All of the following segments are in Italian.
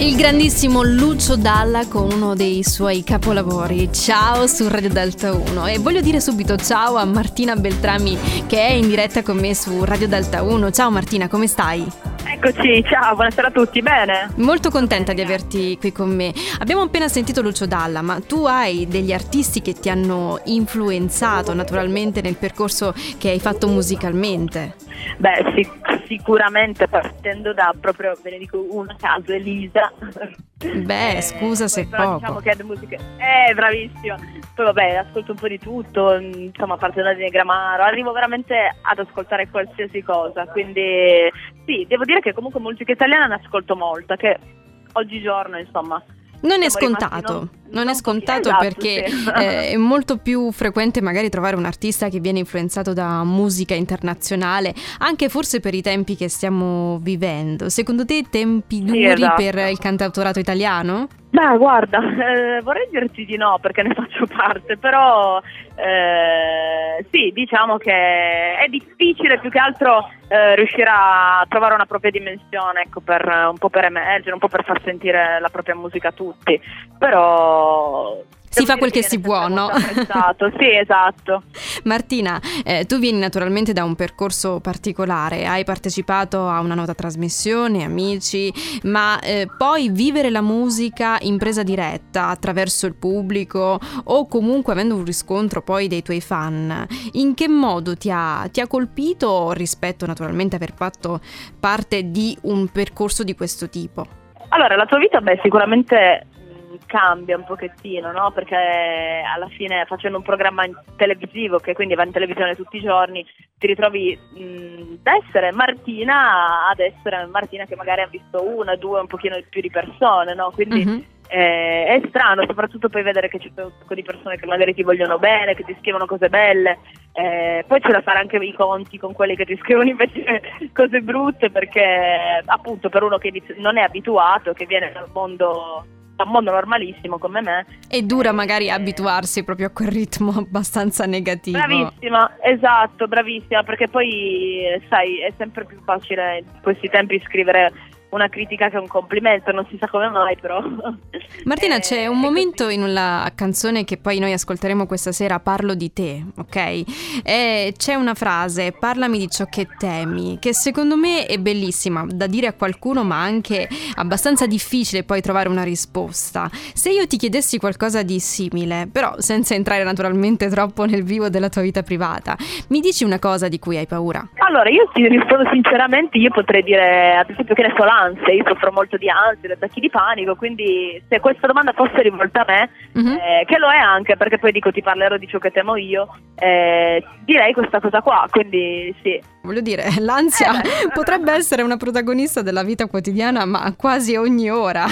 Il grandissimo Lucio Dalla con uno dei suoi capolavori, Ciao su Radio Delta 1. E voglio dire subito ciao a Martina Beltrami che è in diretta con me su Radio Delta 1. Ciao Martina, come stai? Eccoci, ciao, buonasera a tutti, bene? Molto contenta di averti qui con me. Abbiamo appena sentito Lucio Dalla, ma tu hai degli artisti che ti hanno influenzato naturalmente nel percorso che hai fatto musicalmente? Beh, sì, sicuramente partendo da proprio, ve ne dico uno a caso, Elisa. Beh, scusa se però poco. diciamo che è musica. Bravissima. Poi vabbè, ascolto un po' di tutto, insomma, partendo da Diagramaro, arrivo veramente ad ascoltare qualsiasi cosa, quindi sì, devo dire che comunque musica italiana ne ascolto molta, che oggigiorno, insomma, Non è siamo scontato, rimasti, non è scontato esatto, perché sì. è molto più frequente magari trovare un artista che viene influenzato da musica internazionale, anche forse per i tempi che stiamo vivendo. Secondo te tempi duri esatto. per il cantautorato italiano? Beh, guarda, vorrei dirti di no perché ne faccio parte, però sì, diciamo che è difficile più che altro riuscire a trovare una propria dimensione, ecco, per un po' per emergere, un po' per far sentire la propria musica a tutti, però Si fa quel che si può, no? Sì, esatto. Martina, tu vieni naturalmente da un percorso particolare, hai partecipato a una nota trasmissione, Amici, ma poi vivere la musica in presa diretta attraverso il pubblico o comunque avendo un riscontro poi dei tuoi fan, in che modo ti ha colpito rispetto naturalmente a aver fatto parte di un percorso di questo tipo? Allora, la tua vita, sicuramente cambia un pochettino, no? Perché alla fine facendo un programma televisivo che quindi va in televisione tutti i giorni ti ritrovi da essere Martina ad essere Martina che magari ha visto una, due, un pochino più di persone, no? Quindi è strano, soprattutto poi vedere che c'è un sacco di persone che magari ti vogliono bene, che ti scrivono cose belle, poi c'è da fare anche i conti con quelli che ti scrivono invece cose brutte, perché appunto per uno che non è abituato, che viene da un mondo normalissimo come me. È dura magari abituarsi proprio a quel ritmo abbastanza negativo. Bravissima, esatto, bravissima, perché poi sai, è sempre più facile in questi tempi scrivere una critica che un complimento, non si sa come mai, però. Martina, c'è un momento in una canzone che poi noi ascolteremo questa sera, Parlo di te, ok? C'è una frase, parlami di ciò che temi, che secondo me è bellissima da dire a qualcuno, ma anche abbastanza difficile poi trovare una risposta. Se io ti chiedessi qualcosa di simile, però senza entrare naturalmente troppo nel vivo della tua vita privata, mi dici una cosa di cui hai paura? Allora, io ti rispondo sinceramente, io potrei dire, ad esempio, che ne so, l'ansia, io soffro molto di ansia, di attacchi di panico, quindi se questa domanda fosse rivolta a me, che lo è anche, perché poi dico ti parlerò di ciò che temo io, direi questa cosa qua, quindi sì. Voglio dire, l'ansia potrebbe essere una protagonista della vita quotidiana, ma quasi ogni ora.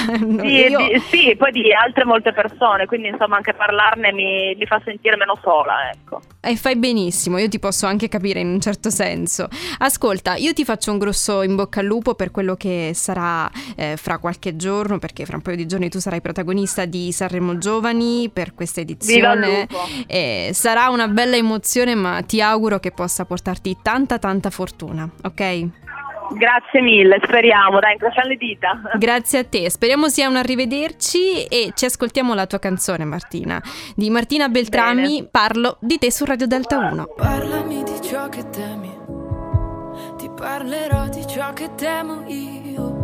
Sì, poi di altre molte persone, quindi insomma anche parlarne mi fa sentire meno sola, ecco. E fai benissimo, io ti posso anche capire in un certo senso. Ascolta, io ti faccio un grosso in bocca al lupo per quello che sarà fra qualche giorno, perché fra un paio di giorni tu sarai protagonista di Sanremo Giovani per questa edizione. Sarà una bella emozione, ma ti auguro che possa portarti tanta fortuna, ok? Grazie mille, speriamo, dai, incrociamo le dita. Grazie a te, speriamo sia un arrivederci e ci ascoltiamo la tua canzone, Martina, di Martina Beltrami. Bene. Parlo di te su Radio Delta 1. Parlami di ciò che temi, ti parlerò di ciò che temo io.